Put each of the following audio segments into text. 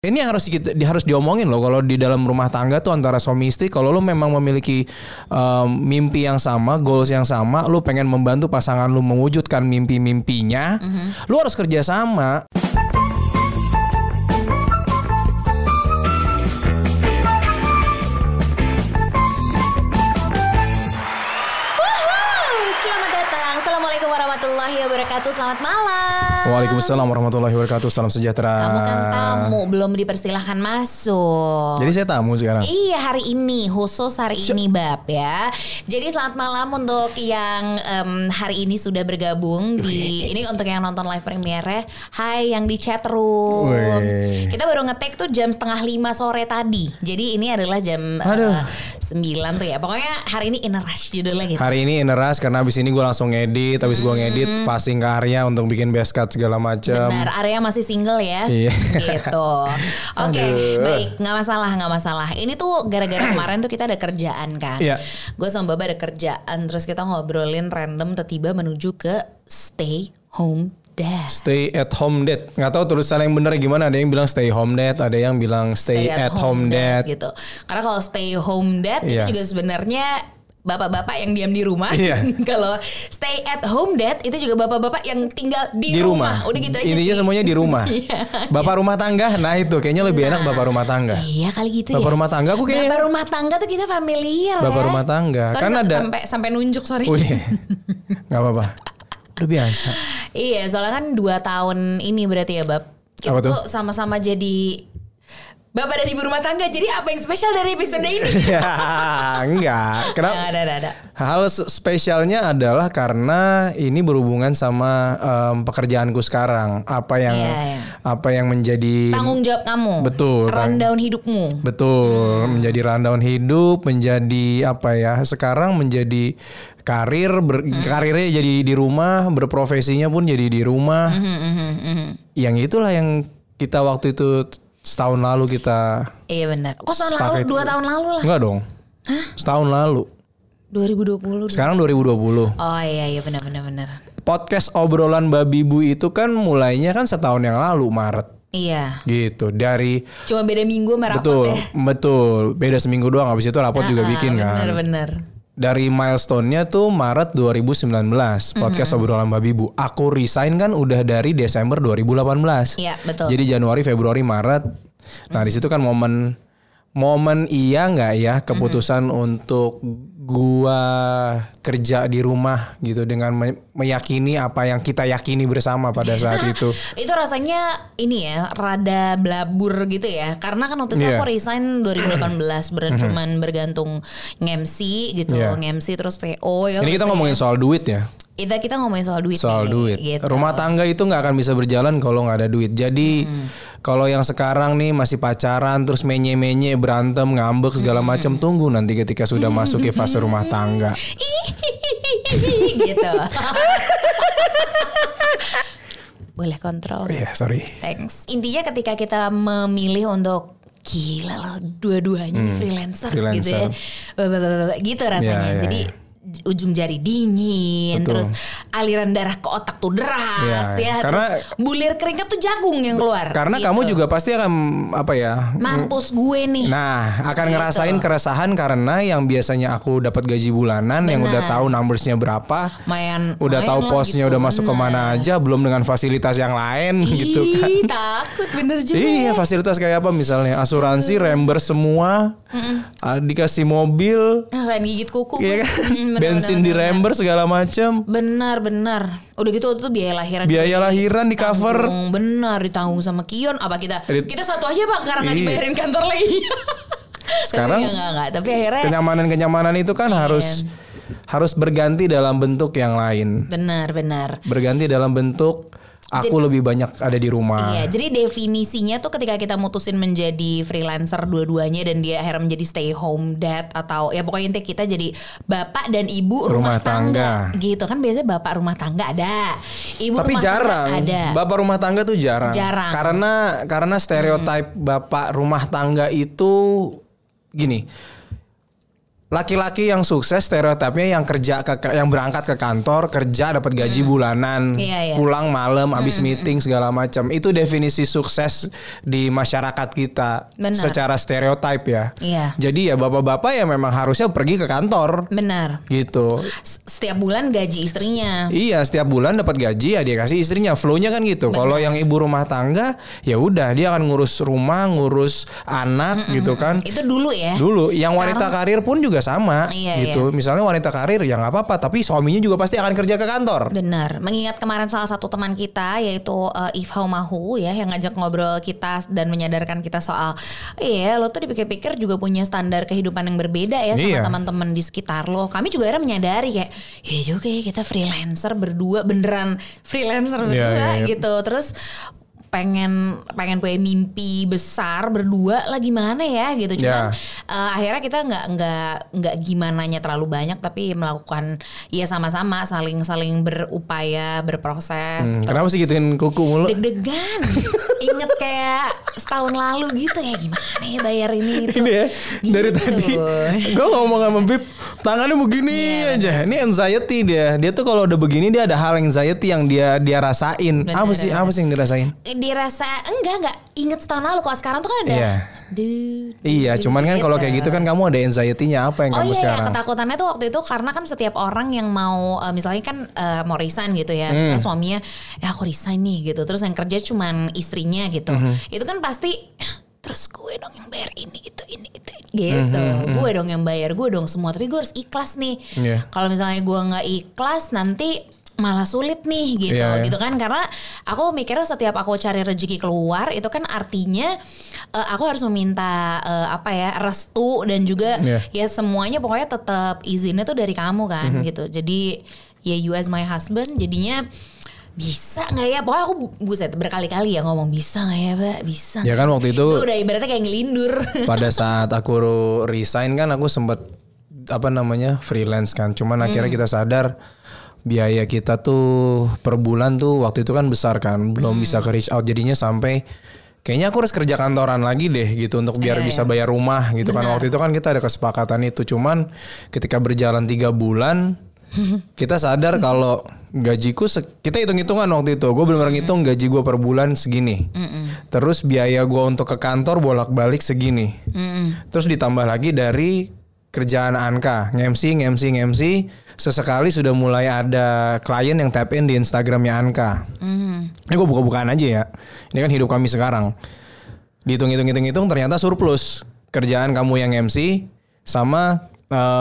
Ini yang harus diomongin loh kalau di dalam rumah tangga tuh antara suami istri. Kalau lu memang memiliki mimpi yang sama, goals yang sama, lu pengen membantu pasangan lu mewujudkan mimpi-mimpinya, lu harus kerja sama. Selamat datang. Assalamualaikum warahmatullahi wabarakatuh. Selamat malam. Waalaikumsalam warahmatullahi wabarakatuh. Salam sejahtera. Kamu kan tamu, belum dipersilahkan masuk. Jadi saya tamu sekarang. Iya, hari ini khusus hari ini Bab ya. Jadi selamat malam untuk yang hari ini sudah bergabung di ini untuk yang nonton live premiere. Hai yang di chat room. Wih. Kita baru nge-take tuh jam 4:30 sore tadi. Jadi ini adalah jam 9 tuh ya. Pokoknya hari ini in a rush judulnya gitu. Hari ini in a rush karena abis ini gue langsung ngedit. Abis gue ngedit passing ke Arya untuk bikin best cut segala macam. Benar, Arya masih single ya. Iya. Gitu. Oke, baik, nggak masalah. Ini tuh gara-gara kemarin tuh kita ada kerjaan kan. Iya. Gue sama Baba ada kerjaan, terus kita ngobrolin random tiba-tiba menuju ke stay home dad. Stay at home dad. Nggak tahu tulisan yang benar gimana. Ada yang bilang stay home dad, ada yang bilang stay at home dad. Gitu. Karena kalau stay home dad Iya. itu juga sebenarnya bapak-bapak yang diam di rumah. Iya. Kalau stay at home dad itu juga bapak-bapak yang tinggal di rumah. Udah gitu aja Intinya sih. semuanya di rumah. Iya. Bapak rumah tangga. Nah itu kayaknya lebih enak bapak rumah tangga. Iya kali gitu Bapak ya. rumah tangga aku kayaknya. Bapak rumah tangga tuh kita familiar Bapak ya. rumah tangga. Sorry, Kan ada. sampai nunjuk sorry. Oh iya. Gak apa-apa. Udah biasa. Iya, soalnya kan 2 tahun ini berarti ya Bab. Kita Apa tuh? tuh sama-sama jadi bapak dan ibu rumah tangga. Jadi apa yang spesial dari episode ini? Ya enggak. Kenapa? Ada. Hal spesialnya adalah karena ini berhubungan sama pekerjaanku sekarang. Apa yang menjadi Tanggung jawab kamu. Betul. Rundown hidupmu. Betul, menjadi rundown hidup, menjadi apa ya? Sekarang menjadi karirnya jadi di rumah, berprofesinya pun jadi di rumah. Yang itulah yang kita waktu itu setahun lalu kita. Iya benar. Kok tahun sepakat. lalu? 2 tahun lalu lah. Enggak dong. Setahun lalu. 2020. Sekarang 2020. Oh iya benar. Podcast obrolan babi bu itu kan mulainya kan setahun yang lalu Maret. Iya. Gitu. Dari Cuma beda minggu sama rapot ya. Betul. Beda seminggu doang, habis itu rapot juga bikin kan. Bener. Dari milestone-nya tuh Maret 2019 podcast obrolan babi bu. Aku resign kan udah dari Desember 2018. Iya betul. Jadi Januari, Februari, Maret. Nah di situ kan momen iya nggak ya keputusan untuk gua kerja di rumah gitu dengan meyakini apa yang kita yakini bersama pada saat itu. Itu rasanya ini ya rada blabur gitu ya. Karena kan waktu itu Iya. aku resign 2018 cuman bergantung nge-MC gitu, Iya. nge-MC terus VO ya. Ini kita ngomongin soal duit ya. Kita ngomongin soal duit. Soal nih, duit. Gitu. Rumah tangga itu nggak akan bisa berjalan kalau nggak ada duit. Jadi kalau yang sekarang nih masih pacaran terus menye-menye berantem ngambek segala macam, tunggu nanti ketika sudah masuk ke fase rumah tangga. Gitu. Boleh kontrol. Iya, sorry. Thanks. Intinya ketika kita memilih untuk gila loh dua-duanya nih freelancer gitu ya. Gitu rasanya. Iya, Jadi ujung jari dingin. Betul. Terus aliran darah ke otak tuh deras Iya, ya. karena Terus bulir keringat tuh jagung yang keluar. Karena gitu. kamu juga pasti akan apa ya? Mampus gue nih. Nah, akan Gitu. ngerasain keresahan karena yang biasanya aku dapat gaji bulanan yang udah tahu numbersnya berapa, udah tahu posnya udah masuk kemana aja, belum dengan fasilitas yang lain gitu kan. Ih, takut bener juga. Iya, fasilitas kayak apa misalnya asuransi, reimburse semua, dikasih mobil, Pengen gigit kuku. iya gue. kan? Bensin di reimburse segala macam. Benar. Udah gitu waktu itu biaya lahiran. Biaya lahiran di cover. Benar ditanggung sama Kion. Apa kita satu aja Pak karena nggak Iya. dibayarin kantor lagi. Sekarang tapi enggak. Tapi akhirnya kenyamanan itu kan harus berganti dalam bentuk yang lain. benar. Berganti dalam bentuk aku lebih banyak ada di rumah. Iya, jadi definisinya tuh ketika kita mutusin menjadi freelancer dua-duanya dan dia akhirnya menjadi stay home dad atau ya pokoknya intinya kita jadi bapak dan ibu rumah tangga. Gitu kan biasanya bapak rumah tangga ada, ibu Tapi rumah jarang. tangga ada. Bapak rumah tangga tuh jarang. Karena stereotip bapak rumah tangga itu gini. laki-laki yang sukses stereotipnya yang yang berangkat ke kantor, kerja dapat gaji bulanan, pulang malam habis meeting segala macam. Itu definisi sukses di masyarakat kita. Benar. Secara stereotip ya. Iya. Jadi ya bapak-bapak ya memang harusnya pergi ke kantor. Benar. Gitu. Setiap bulan gaji istrinya. Iya, setiap bulan dapat gaji ya dia kasih istrinya. Flow-nya kan gitu. Kalau yang ibu rumah tangga ya udah dia akan ngurus rumah, ngurus anak gitu kan. Itu dulu ya. Dulu. Yang wanita karir pun juga sama gitu. Misalnya wanita karir ya nggak apa-apa, tapi suaminya juga pasti akan kerja ke kantor. Benar. Mengingat kemarin salah satu teman kita yaitu Ifhau Mahu ya yang ngajak ngobrol kita dan menyadarkan kita soal lo tuh dipikir-pikir juga punya standar kehidupan yang berbeda ya sama teman-teman di sekitar lo. Kami juga akhirnya menyadari kayak ya juga ya kita freelancer berdua, beneran freelancer berdua gitu. Terus pengen punya mimpi besar berdua lah gimana ya gitu. Cuman akhirnya kita nggak gimananya terlalu banyak, tapi melakukan ya sama-sama saling berupaya berproses. Kenapa sih gituin kuku mulu? Deg-degan. Inget kayak setahun lalu gitu ya, gimana ya bayar ini itu. Ini ya gitu. Dari tadi gue ngomong sama Bib tangannya begini aja. Ini anxiety dia. Dia tuh kalau udah begini dia ada hal anxiety yang dia rasain. Apa sih yang dirasain? Dirasa enggak inget setahun lalu. Kalau sekarang tuh kan ada cuman kan kalau kayak gitu kan kamu ada anxiety-nya apa yang kamu sekarang? Ketakutannya tuh waktu itu karena kan setiap orang yang mau misalnya kan mau resign gitu ya, misalnya suaminya aku resign nih gitu, terus yang kerja cuman istrinya gitu, itu kan pasti terus gue dong yang bayar ini gitu gue dong yang bayar, gue dong semua, tapi gue harus ikhlas nih. Kalau misalnya gue nggak ikhlas nanti malah sulit nih gitu kan, karena aku mikirnya setiap aku cari rezeki keluar itu kan artinya aku harus meminta restu dan juga ya semuanya pokoknya tetap izinnya tuh dari kamu kan gitu. Jadi ya you as my husband jadinya bisa nggak ya, pokoknya aku berkali-kali ya ngomong bisa nggak ya Mbak, bisa ya kan. Waktu itu udah ibaratnya kayak ngelindur. Pada saat aku resign kan aku sempat freelance kan, cuman akhirnya kita sadar biaya kita tuh per bulan tuh waktu itu kan besar kan, belum bisa ke reach out, jadinya sampai kayaknya aku harus kerja kantoran lagi deh gitu untuk biar bisa bayar rumah gitu. Bener. Kan waktu itu kan kita ada kesepakatan itu, cuman ketika berjalan 3 bulan kita sadar kalau gajiku kita hitung-hitungan waktu itu, gue benar-benar ngitung gaji gue per bulan segini, terus biaya gue untuk ke kantor bolak-balik segini, terus ditambah lagi dari kerjaan Anka, nge-MC, sesekali sudah mulai ada klien yang tap in di Instagramnya Anka. Ini gue buka-bukaan aja ya. Ini kan hidup kami sekarang. Dihitung ternyata surplus kerjaan kamu yang MC sama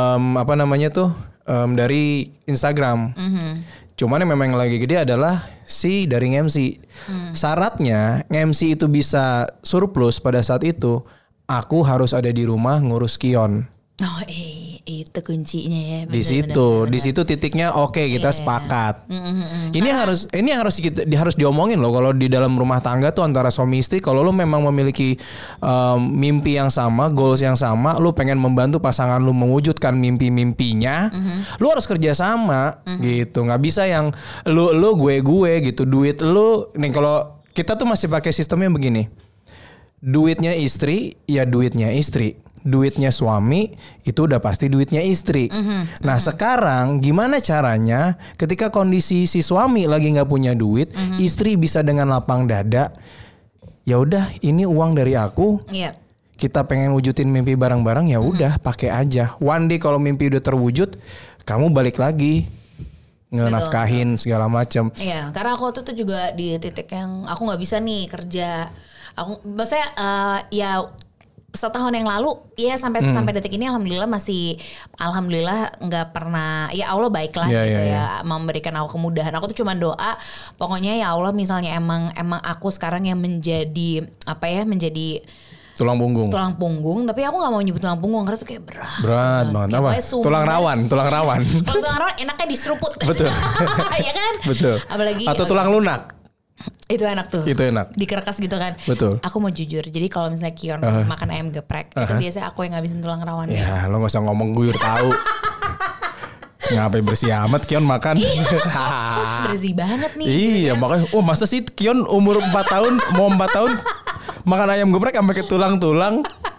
dari Instagram. Cuman yang memang lagi gede adalah si dari MC. Syaratnya MC itu bisa surplus pada saat itu, aku harus ada di rumah ngurus Kion. Oh itu kuncinya ya. Di situ titiknya kita sepakat. Ini harus diomongin loh kalau di dalam rumah tangga tuh antara suami istri. Kalau lo memang memiliki mimpi yang sama, goals yang sama, lo pengen membantu pasangan lo mewujudkan mimpi-mimpinya, lo harus kerja sama gitu. Nggak bisa yang lo gue gitu. Duit lo nih, kalau kita tuh masih pakai sistemnya begini. Duitnya istri ya duitnya istri. Duitnya suami itu udah pasti duitnya istri. Nah sekarang gimana caranya ketika kondisi si suami lagi nggak punya duit, istri bisa dengan lapang dada, ya udah ini uang dari aku, kita pengen wujudin mimpi bareng-bareng, ya udah pakai aja. One day kalau mimpi udah terwujud, kamu balik lagi ngenafkahin segala macam. Iya, karena aku tuh juga di titik yang aku nggak bisa nih kerja. Aku maksudnya setahun yang lalu ya sampai detik ini alhamdulillah nggak pernah, ya Allah baiklah memberikan aku kemudahan. Aku tuh cuma doa pokoknya ya Allah, misalnya emang aku sekarang yang menjadi tulang punggung, tapi aku nggak mau nyebut tulang punggung karena tuh kayak berat banget. Apa? Tulang rawan. Tulang rawan enaknya diseruput. Betul. Ya kan? Betul. Apalagi atau tulang lunak. Itu enak tuh. Itu enak. Dikerkas gitu kan. Betul. Aku mau jujur. Jadi kalau misalnya Kion makan ayam geprek, itu biasanya aku yang ngabisin tulang rawan. Ya, lo gak usah ngomong, gue udah tahu. Ngapain bersih amat Kion makan. Bersih banget nih. Iya, gitu kan? Makanya masa sih Kion umur 4 tahun, mau 4 tahun makan ayam geprek sampai ke tulang-tulang.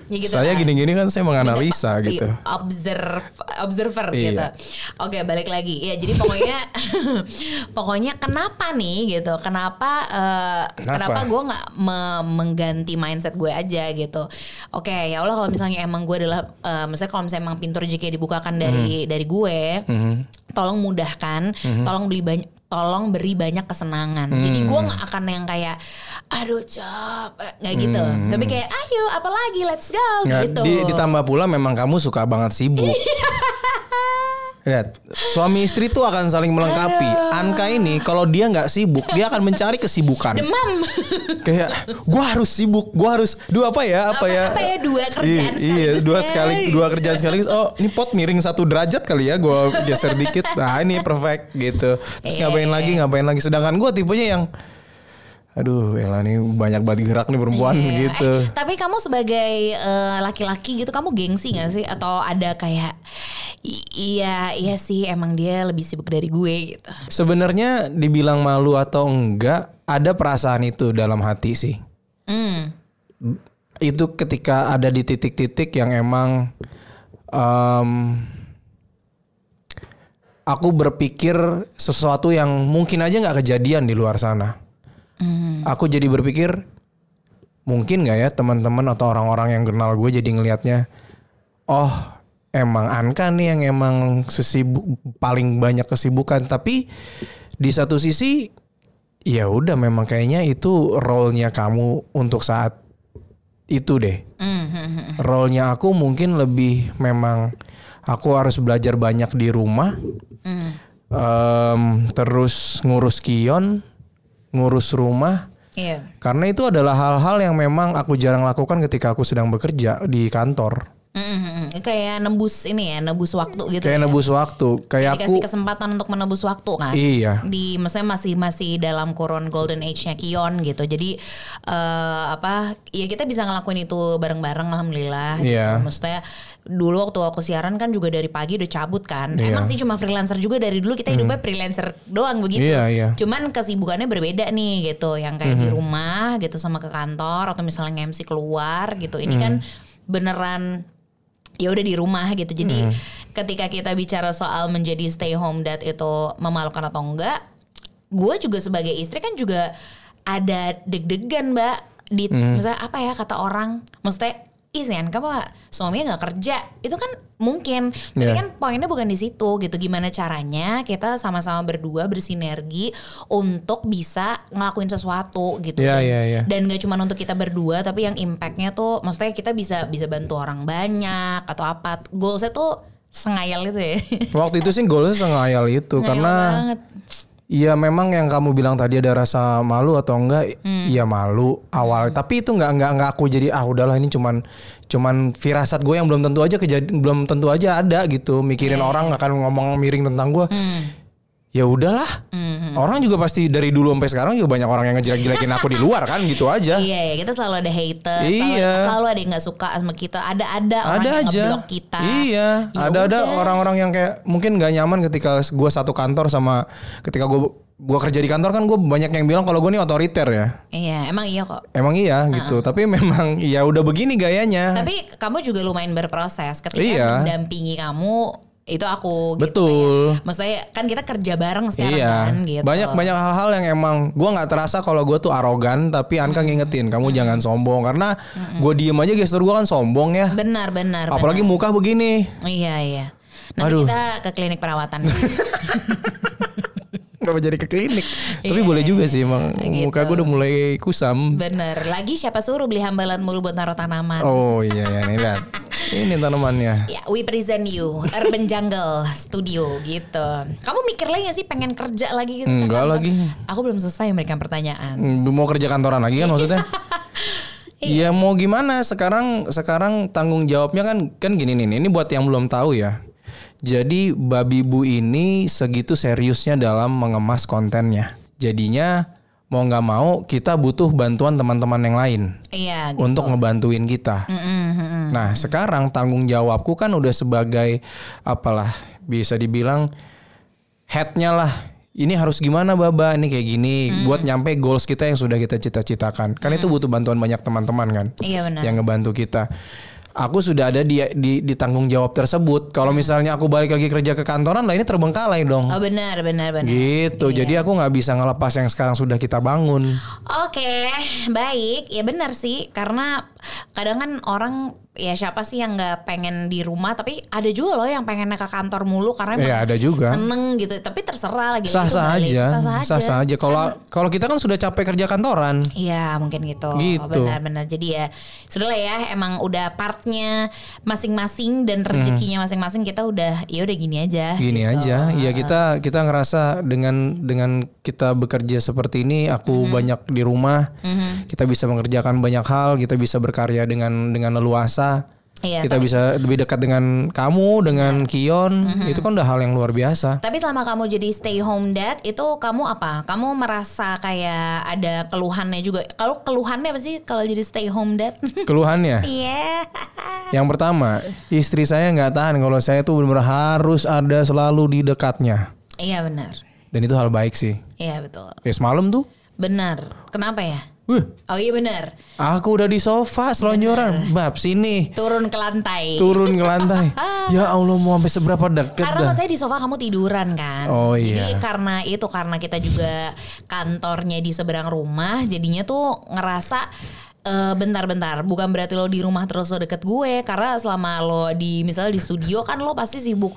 Ya gitu saya kan. gini-gini kan saya menganalisa gitu. Observer Iya. gitu. Oke, balik lagi. Ya, jadi pokoknya kenapa nih gitu? Kenapa gue nggak mengganti mindset gue aja gitu? Oke, ya Allah, kalau misalnya emang gue adalah misalnya kalau misalnya emang pintu rezeki dibukakan dari gue, tolong mudahkan, tolong beri banyak kesenangan. Jadi gue nggak akan yang kayak aduh capek nggak gitu. Tapi kayak ayo apalagi let's go gitu. Ditambah pula memang kamu suka banget sibuk. Lihat, suami istri tuh akan saling melengkapi. Anka ini kalau dia nggak sibuk, dia akan mencari kesibukan. Demam. Kayak gue harus sibuk, gue harus dua apa ya dua kerjaan sekaligus. Dua kerjaan sekaligus. Oh, ini pot miring 1 derajat kali ya, gue geser dikit. Nah, ini perfect gitu. Terus ngapain lagi. Sedangkan gue tipenya yang aduh, Ella nih banyak banget gerak nih perempuan gitu. Tapi kamu sebagai laki-laki gitu, kamu gengsi gak sih? Atau ada kayak iya sih emang dia lebih sibuk dari gue gitu. Sebenarnya dibilang malu atau enggak, ada perasaan itu dalam hati sih. Itu ketika ada di titik-titik yang emang aku berpikir sesuatu yang mungkin aja gak kejadian di luar sana. Aku jadi berpikir mungkin gak ya teman-teman atau orang-orang yang kenal gue jadi ngelihatnya, oh emang Anka nih yang emang paling banyak kesibukan. Tapi di satu sisi ya udah memang kayaknya itu role-nya kamu untuk saat itu deh. Role-nya aku mungkin lebih memang aku harus belajar banyak di rumah, terus ngurus kion, ngurus rumah. Iya. Karena itu adalah hal-hal yang memang aku jarang lakukan ketika aku sedang bekerja di kantor. Kayak nebus waktu gitu. Kayak nebus waktu. Kayak dikasih kesempatan untuk menebus waktu kan. Iya. Maksudnya masih dalam kurun golden age-nya Kion gitu. Jadi ya kita bisa ngelakuin itu bareng-bareng alhamdulillah. Iya. Gitu. Maksudnya dulu waktu aku siaran kan juga dari pagi udah cabut kan. Iya. Emang sih cuma freelancer juga dari dulu kita hidupnya freelancer doang begitu. Iya. Cuman kesibukannya berbeda nih gitu. Yang kayak di rumah gitu sama ke kantor atau misalnya MC keluar gitu. Ini kan beneran ya udah di rumah gitu. Jadi ketika kita bicara soal menjadi stay home dad itu memalukan atau enggak, gue juga sebagai istri kan juga ada deg-degan Mbak. Misalnya apa ya kata orang, maksudnya Isian kamu suaminya nggak kerja, itu kan mungkin, tapi kan poinnya bukan di situ gitu. Gimana caranya kita sama-sama berdua bersinergi untuk bisa ngelakuin sesuatu gitu. Dan nggak cuma untuk kita berdua, tapi yang impactnya tuh, maksudnya kita bisa bantu orang banyak atau apa. Goalsnya tuh sengayal itu ya. Waktu itu sih goalsnya sengayal itu karena banget. Iya memang yang kamu bilang tadi ada rasa malu atau enggak, iya malu awal. Tapi itu enggak aku jadi udahlah ini cuman firasat gue yang belum tentu aja ada gitu. Mikirin orang akan ngomong miring tentang gue. Ya udahlah. Orang juga pasti dari dulu sampai sekarang juga banyak orang yang ngejelek-jelekin aku di luar kan gitu aja. Iya, kita selalu ada hater, selalu ada yang nggak suka sama kita, ada orang yang ngeblok kita. Iya, ada orang-orang yang kayak mungkin nggak nyaman ketika gue satu kantor sama ketika gue kerja di kantor kan gue banyak yang bilang kalau gue nih otoriter ya. Iya, emang iya kok. Emang iya gitu, tapi memang ya udah begini gayanya. Tapi kamu juga lumayan berproses ketika mendampingi kamu. Itu aku gitu. Betul. Ya. Maksudnya kan kita kerja bareng sekarang kan gitu. Banyak hal-hal yang emang gue gak terasa kalau gue tuh arogan. Tapi Anka ngingetin kamu jangan sombong. Karena gue diem aja gestur gue kan sombong ya. Benar. Apalagi muka begini. Iya. Nanti kita ke klinik perawatan. Gak mau jadi ke klinik. Tapi boleh juga sih emang gitu. Muka gue udah mulai kusam. Bener. Lagi siapa suruh beli hambalan mulu buat naruh tanaman. Oh iya nih lihat. Ini tanamannya. Ya, we present you Urban Jungle Studio gitu. Kamu mikir lagi gak sih pengen kerja lagi gitu? Enggak lagi. Aku belum selesai memberikan pertanyaan. Mau kerja kantoran lagi kan maksudnya? Iya mau gimana sekarang tanggung jawabnya kan gini nih. Ini buat yang belum tahu ya. Jadi Babi Bu ini segitu seriusnya dalam mengemas kontennya. Jadinya mau nggak mau kita butuh bantuan teman-teman yang lain. Iya. Gitu. Untuk ngebantuin kita. Nah sekarang tanggung jawabku kan udah sebagai apalah bisa dibilang headnya lah. Ini harus gimana Baba, ini kayak gini buat nyampe goals kita yang sudah kita cita-citakan. Kan itu butuh bantuan banyak teman-teman kan. Iya benar. Yang ngebantu kita. aku sudah ada di tanggung jawab tersebut. Kalau misalnya aku balik lagi kerja ke kantoran lah, ini terbengkalai dong. Oh benar. Gitu. Jadi aku nggak bisa ngelepas yang sekarang sudah kita bangun. Oke, baik. Ya benar sih, karena kadang kan orang, ya siapa sih yang nggak pengen di rumah, tapi ada juga loh yang pengen ke kantor mulu karena emang ada juga. seneng gitu. Tapi terserah lagi. Sah-sah aja. Kalau kita kan sudah capek kerja kantoran. Iya mungkin gitu. Benar-benar. Jadi ya sudahlah ya, emang udah partnya masing-masing dan rezekinya masing-masing, kita udah gini aja. Gini gitu. aja. Iya, kita ngerasa dengan kita bekerja seperti ini, aku banyak di rumah, kita bisa mengerjakan banyak hal, kita bisa berkarya dengan leluasa. Iya, kita bisa lebih dekat dengan kamu, dengan Kion, itu kan udah hal yang luar biasa. Tapi selama kamu jadi stay home dad, itu kamu apa? Kamu merasa kayak ada keluhannya juga? Kalau keluhannya apa sih kalau jadi stay home dad? Keluhannya? Iya. Yang pertama, istri saya nggak tahan kalau saya tuh benar-benar harus ada selalu di dekatnya. Iya benar. Dan itu hal baik sih. Iya betul. Ya semalam tuh. Benar. Kenapa ya? Oh iya benar. Aku udah di sofa selonjoran, bab sini. Turun ke lantai. Ya Allah, mau sampai seberapa dekat Karena saya di sofa, kamu tiduran kan. Oh iya. Jadi karena kita juga kantornya di seberang rumah, jadinya tuh ngerasa bentar-bentar, bukan berarti lo di rumah terus lo deket gue, karena selama lo misalnya di studio kan lo pasti sibuk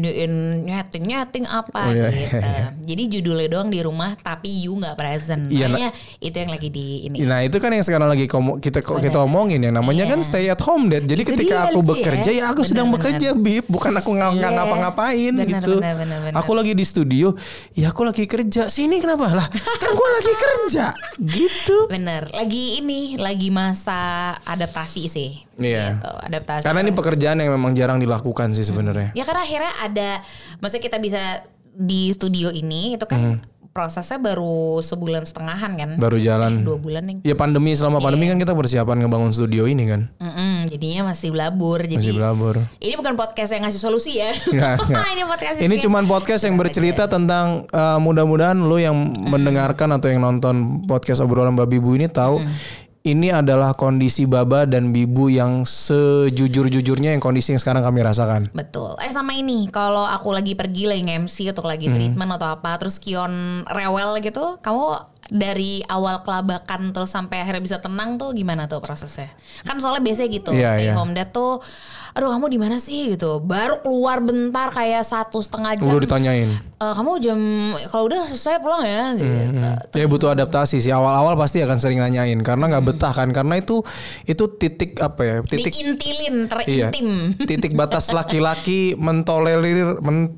nyeting apa gitu. Jadi judulnya doang di rumah tapi you nggak present. Makanya itu yang lagi di ini. Nah itu kan yang sekarang lagi kita omongin, yang namanya kan stay at home dad. Jadi itu ketika aku bekerja ya aku sedang bekerja, Bib, bukan aku nggak ngapa-ngapain gitu. Bener. Aku lagi di studio, ya aku lagi kerja. Sini kenapa lah? Kan gue lagi kerja gitu. Bener. Lagi masa adaptasi sih. Iya. Gitu, adaptasi. Karena ini pekerjaan yang memang jarang dilakukan sih sebenarnya. Ya karena akhirnya maksudnya kita bisa di studio ini itu kan prosesnya baru 1,5 bulan kan. Baru jalan. 2 bulan nih. Ya selama pandemi kan kita persiapan ngebangun studio ini kan. Jadinya masih belabur. Ini bukan podcast yang ngasih solusi ya. Nggak. Ini cuman podcast yang bercerita tentang mudah-mudahan lo yang mendengarkan atau yang nonton podcast obrolan Babi Bu ini tahu. Ini adalah kondisi Baba dan Bibu yang sejujur-jujurnya, yang kondisi yang sekarang kami rasakan. Betul. Sama ini, kalau aku lagi pergi lagi MC atau lagi treatment atau apa, terus Kion rewel gitu, kamu dari awal kelabakan terus sampai akhirnya bisa tenang tuh gimana tuh prosesnya? Kan soalnya biasanya gitu, stay home dad tuh, aduh kamu di mana sih gitu, baru keluar bentar kayak 1,5 jam. Udah ditanyain. Kamu kalau udah selesai pulang ya gitu. Ya butuh adaptasi sih, awal-awal pasti akan sering nanyain karena nggak betah kan, karena itu titik apa ya, titik diintilin, terintim. Iya, titik batas laki-laki mentolerir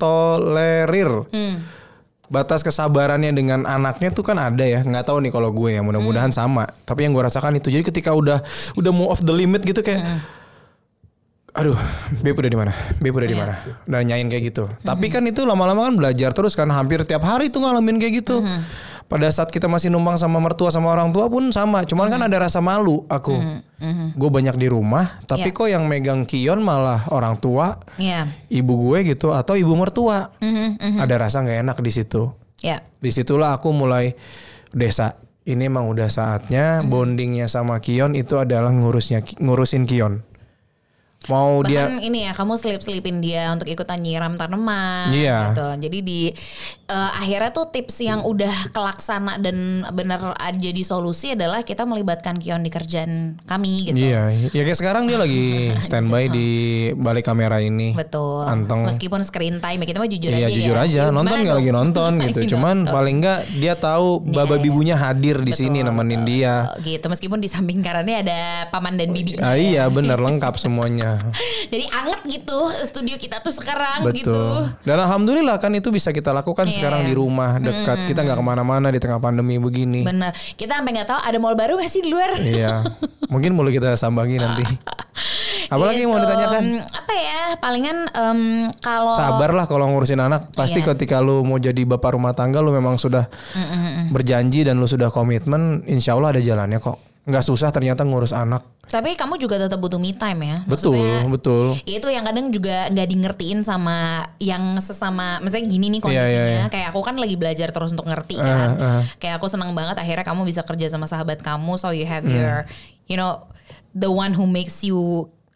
batas kesabarannya dengan anaknya tuh kan ada ya. Nggak tahu nih kalau gue ya, mudah-mudahan sama. Tapi yang gue rasakan itu, jadi ketika udah mau off the limit gitu kayak aduh, Beb udah di mana? Udah nyanyiin kayak gitu. Tapi kan itu lama-lama kan belajar terus kan, hampir tiap hari tuh ngalamin kayak gitu. Pada saat kita masih numpang sama mertua sama orang tua pun sama. Cuman kan ada rasa malu aku. Gue banyak di rumah, tapi kok yang megang Kion malah orang tua, ibu gue gitu, atau ibu mertua. Ada rasa nggak enak di situ. Disitulah aku mulai desa. Ini emang udah saatnya bondingnya sama Kion itu adalah ngurusin Kion. Mau bahkan ini ya, kamu selipin dia untuk ikutan nyiram tanaman gitu. Jadi akhirnya tuh tips yang udah kelaksana dan benar jadi solusi adalah kita melibatkan Kion di kerjaan kami gitu. Iya, ya kayak sekarang dia lagi standby di balik kamera ini. Betul. Anteng. Meskipun screen time ya, kita mah jujur aja. Iya jujur aja. Nonton nggak lagi nonton gitu. Cuman paling nggak dia tahu baba bibunya hadir di sini nemenin dia. Gitu. Meskipun di samping kanannya ada paman dan bibi. Iya benar, lengkap semuanya. Jadi anget gitu studio kita tuh sekarang. Betul. Gitu. Dan alhamdulillah kan itu bisa kita lakukan sekarang di rumah dekat. Kita nggak kemana-mana di tengah pandemi begini. Benar. Kita sampai nggak tahu ada mall baru nggak sih di luar. Iya. Mungkin boleh kita sambangi nanti. Apalagi yang mau ditanyakan? Apa ya? Palingan kalau sabarlah kalau ngurusin anak. Pasti ketika lu mau jadi bapak rumah tangga, lu memang sudah berjanji dan lu sudah komitmen. Insya Allah ada jalannya kok. Nggak susah ternyata ngurus anak. Tapi kamu juga tetap butuh me time ya. Betul. Itu yang kadang juga nggak di ngertiin sama yang sesama. Misalnya gini nih kondisinya. Kayak aku kan lagi belajar terus untuk ngerti kan. Kayak aku senang banget akhirnya kamu bisa kerja sama sahabat kamu. So you have your, the one who makes you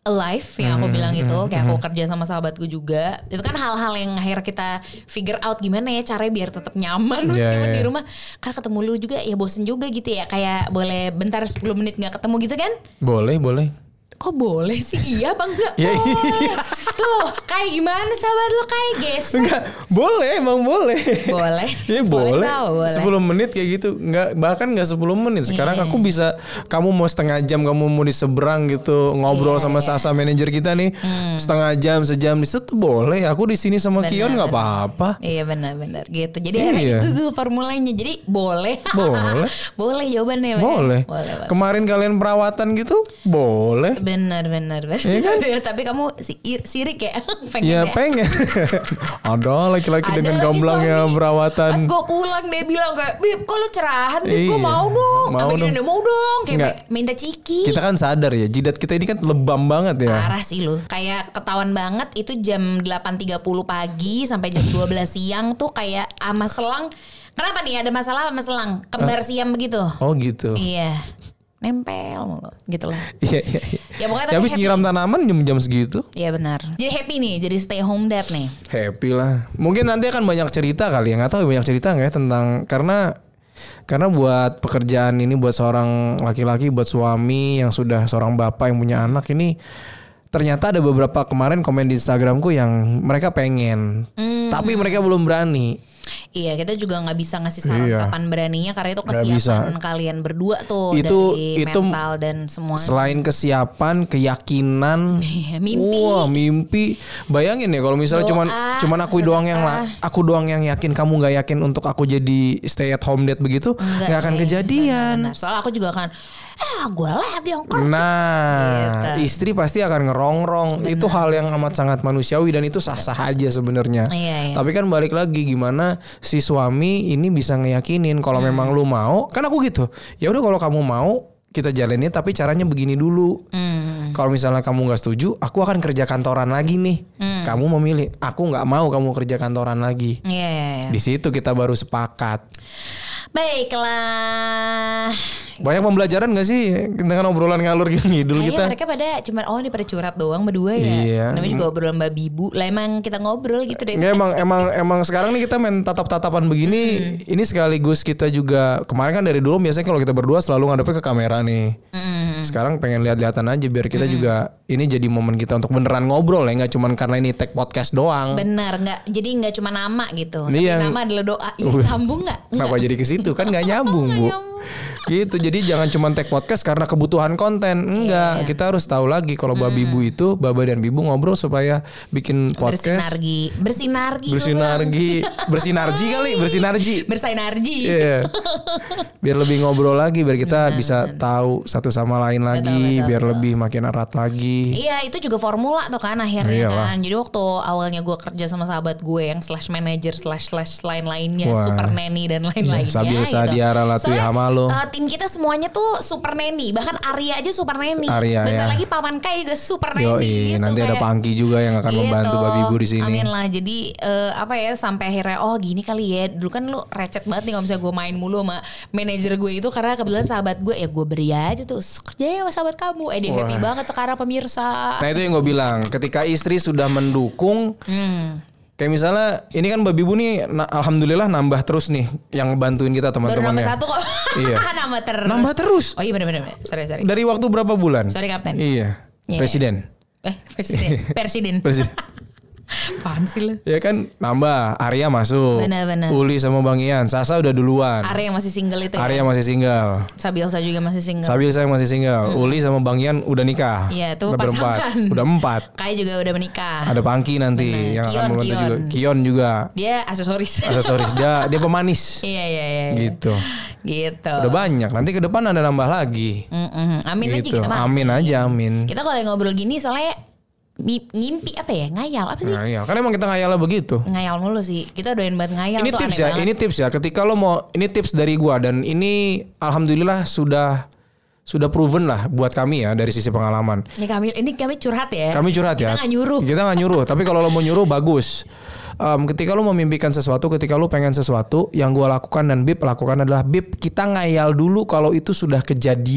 alive yang aku bilang itu, kayak aku kerja sama sahabatku juga. Itu kan hal-hal yang akhirnya kita figure out gimana ya caranya biar tetap nyaman meskipun di rumah. Karena ketemu lu juga ya bosen juga gitu ya. Kayak boleh bentar 10 menit gak ketemu gitu kan? Boleh. Kok boleh sih? Iya bang, enggak Ya, boleh. Tuh, kayak gimana sahabat lu kayak guys? Enggak, boleh, emang boleh. Boleh. Iya boleh. Boleh. 10 menit kayak gitu. Enggak, bahkan enggak 10 menit. Sekarang aku bisa, kamu mau setengah jam, kamu mau di seberang gitu ngobrol sama Sasa manajer kita nih, setengah jam, sejam di situ boleh. Aku di sini sama Kion enggak apa-apa. Iya benar gitu. Jadi akhirnya itu tuh formulanya. Jadi boleh. Boleh. Boleh jawabannya. Boleh. Kemarin kalian perawatan gitu, boleh. Benar. Iya kan? Tapi kamu sirik ya? Iya pengen. Ada laki-laki dengan gamblangnya perawatan. Pas gue pulang dia bilang kayak, Bib kok lu cerahan Bib, gue mau dong. Mau dong. Kayak minta ciki. Kita kan sadar ya, jidat kita ini kan lebam banget ya. Parah sih lu. Kayak ketahuan banget itu jam 8.30 pagi sampai jam 12 siang tuh kayak sama selang. Kenapa nih ada masalah sama selang? Kembar siam begitu. Oh gitu. Iya. Nempel mulu gitu lah. Iya. Ya pokoknya habis nyiram tanaman jam-jam segitu. Iya benar. Jadi happy nih, jadi stay home dad nih. Happy lah. Mungkin nanti akan banyak cerita kali ya. Nggak tahu banyak cerita nggak ya tentang karena buat pekerjaan ini buat seorang laki-laki, buat suami yang sudah seorang bapak yang punya anak ini, ternyata ada beberapa kemarin komen di Instagramku yang mereka pengen, tapi mereka belum berani. Iya, kita juga nggak bisa ngasih saran kapan beraninya karena itu kesiapan kalian berdua tuh dari mental dan semua. Selain kesiapan, keyakinan, mimpi. Bayangin ya kalau misalnya cuman aku doang yang yakin, kamu nggak yakin untuk aku jadi stay at home dad begitu, nggak akan kejadian. Benar. Soalnya aku juga akan gue lagi yang kerja. Gitu. Istri pasti akan ngerongrong. Bener. Itu hal yang amat sangat manusiawi dan itu sah-sah aja sebenarnya. Iya. Tapi kan balik lagi gimana si suami ini bisa ngeyakinin kalau memang lu mau. Kan aku gitu. Ya udah kalau kamu mau kita jalanin tapi caranya begini dulu. Kalau misalnya kamu nggak setuju, aku akan kerja kantoran lagi nih. Kamu memilih, aku nggak mau kamu kerja kantoran lagi. Iya. Di situ kita baru sepakat. Baiklah. Banyak pembelajaran gak sih dengan obrolan ngalur ngidul kita? Mereka pada cuman ini pada curhat doang berdua ya. Iya. Namanya juga obrolan babi bu. Lah emang kita ngobrol gitu deh. Nggak, emang sekarang nih kita main tatap-tatapan begini. Ini sekaligus kita juga kemarin kan dari dulu biasanya kalau kita berdua selalu ngadepnya ke kamera nih. Sekarang pengen lihat-lihatan aja biar kita juga ini jadi momen kita untuk beneran ngobrol ya, nggak cuman karena ini tag podcast doang. Benar, jadi nggak cuma nama gitu. Tapi nama adalah doa. Nyambung nggak? Kenapa jadi ke situ kan nggak nyambung Bu? Gitu, jadi jangan cuma tag podcast karena kebutuhan konten. Enggak, kita harus tahu lagi kalau Baba dan Bibu ngobrol supaya bikin podcast bersinergi. Iya. Biar lebih ngobrol lagi, biar kita bisa tahu satu sama lain lagi, biar lebih makin erat lagi. Iya, itu juga formula tuh kan akhirnya kan. Jadi waktu awalnya gue kerja sama sahabat gue yang /manager / lain-lainnya, super nanny dan lain-lainnya. Sabil Sadiara Latwi Hamalo. Tim kita semuanya tuh super nanny, bahkan Arya aja super nanny. Ya. Bentar lagi Paman Kai juga super nanny. Gitu, nanti ada Pangki juga yang akan membantu Babi Ibu di sini. Amin lah. Jadi sampai akhirnya gini kali ya. Dulu kan lu recet banget nih kalau misalnya gue main mulu sama manajer gue itu karena kebetulan sahabat gue ya gue beri aja tuh kerja ya sama sahabat kamu. Dia happy banget sekarang pemirsa. Nah itu yang gue bilang, ketika istri sudah mendukung. Kayak misalnya ini kan Babi Bu nih alhamdulillah nambah terus nih yang bantuin kita teman-temannya. Baru nambah 1 kok. Iya. Nambah terus. Oh iya benar. Sorry. Dari waktu berapa bulan? Sorry Kapten. Iya. Presiden. Presiden. Apaan sih lu? Ya kan nambah, Arya masuk. Benar. Uli sama Bang Ian, Sasa udah duluan. Arya masih single itu ya? Arya masih single. Sabilsa juga masih single. Sabilsa masih single. Uli sama Bang Ian udah nikah. Iya, tuh udah pasangan. Udah 4. Kai juga udah menikah. Ada Pangki nanti yang akan membantu juga. Kion juga. Dia aksesoris. Dia pemanis. Iya. Gitu. Udah banyak. Nanti ke depan ada nambah lagi. Amin gitu. aja kita mah. Amin. Kita kalau ngobrol gini soalnya ngimpi apa ya? Ngayal apa sih? Ngayal. Kan emang kita ngayalnya begitu. Ngayal mulu sih. Kita doain banget ngayal. Ini tips ya. Ketika lo mau, ini tips dari gua dan ini alhamdulillah sudah proven lah buat kami ya dari sisi pengalaman. Ini kami curhat ya. Kami curhat ya. Kita nggak nyuruh. Tapi kalau lo mau nyuruh bagus. Ketika lo memimpikan sesuatu, ketika lo pengen sesuatu, yang gua lakukan dan Bib lakukan adalah kita ngayal dulu kalau itu sudah kejadian.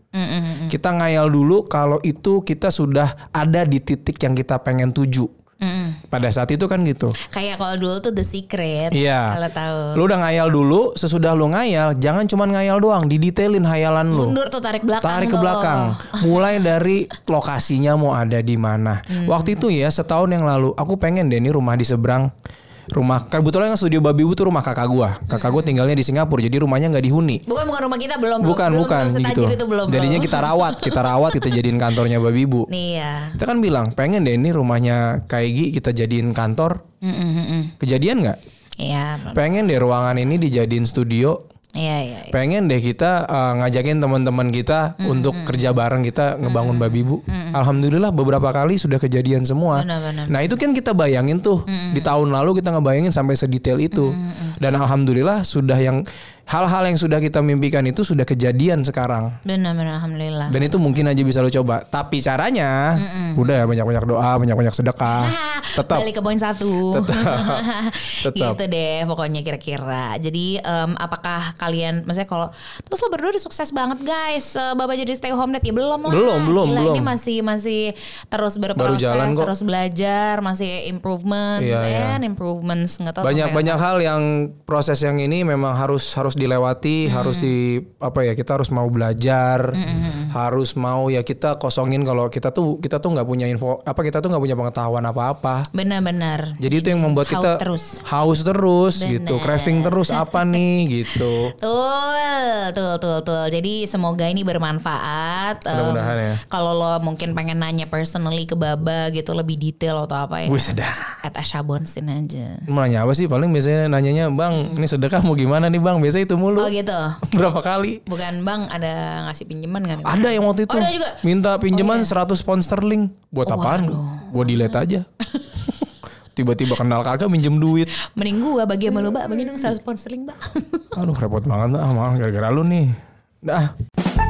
Kita ngayal dulu kalau itu kita sudah ada di titik yang kita pengen tuju. Pada saat itu kan gitu. Kayak kalau dulu tuh The Secret. Iya. Kalau tahu. Lu udah ngayal dulu, sesudah lu ngayal, jangan cuma ngayal doang, didetailin hayalan lu. Mundur tuh, tarik belakang. Tarik ke belakang. Mulai dari lokasinya mau ada di mana. Waktu itu ya, setahun yang lalu, aku pengen deh nih rumah di seberang. Kebetulan kan studio Babi Bu tuh rumah kakak gua. Kakak gua tinggalnya di Singapura, jadi rumahnya nggak dihuni. Bukan rumah kita, belum gitu. Itu belum. Jadinya kita rawat, kita jadiin kantornya Babi Bu. Iya. Kita kan bilang pengen deh ini rumahnya Kaigi kita jadiin kantor. Kejadian nggak? Iya. Pengen deh ruangan ini dijadiin studio. Iya. Pengen deh kita ngajakin teman-teman kita untuk kerja bareng kita ngebangun Babi Bu. Alhamdulillah beberapa kali sudah kejadian semua. Benar. Nah itu kan kita bayangin tuh di tahun lalu kita ngebayangin sampai sedetail itu. Dan alhamdulillah sudah hal-hal yang sudah kita mimpikan itu sudah kejadian sekarang. Benar alhamdulillah. Dan itu mungkin aja bisa lo coba. Tapi caranya udah banyak-banyak doa, banyak-banyak sedekah. Tetap. Balik ke poin 1. Tetap. Gitu deh pokoknya kira-kira. Jadi apakah kalian, maksudnya kalau terus lo berdua udah sukses banget guys, Bapak jadi stay home dad ya belum lah. Belum. Ini masih terus berproses, terus belajar, masih improvement, improvements, nggak tahu. Banyak hal yang proses yang ini memang harus dilewati, harus kita harus mau belajar, harus mau ya kita kosongin kalau kita tuh nggak punya info kita tuh nggak punya pengetahuan apa-apa. Benar. Jadi itu yang membuat kita haus terus gitu, craving terus apa nih gitu. Betul. Jadi semoga ini bermanfaat. Mudah-mudahan ya. Kalau lo mungkin pengen nanya personally ke Baba gitu lebih detail atau apa ya. Wih sedap. @ashabonsin aja. Mau nanya apa sih? Paling biasanya nanyanya, "Bang, ini sedekah mau gimana nih, Bang?" Biasanya itu mulu. Oh gitu. Berapa kali? Bukan Bang, ada ngasih pinjaman kan? Ada yang waktu itu. Ada juga. Minta pinjaman 100 pound sterling. Buat apaan? Gua delete aja. Tiba-tiba kenal kagak minjem duit. Mending gua bagi sama lu, Mbak. Bagi dong 100 pound sterling, Mbak. Aduh repot banget malah gara-gara lu nih. Dah.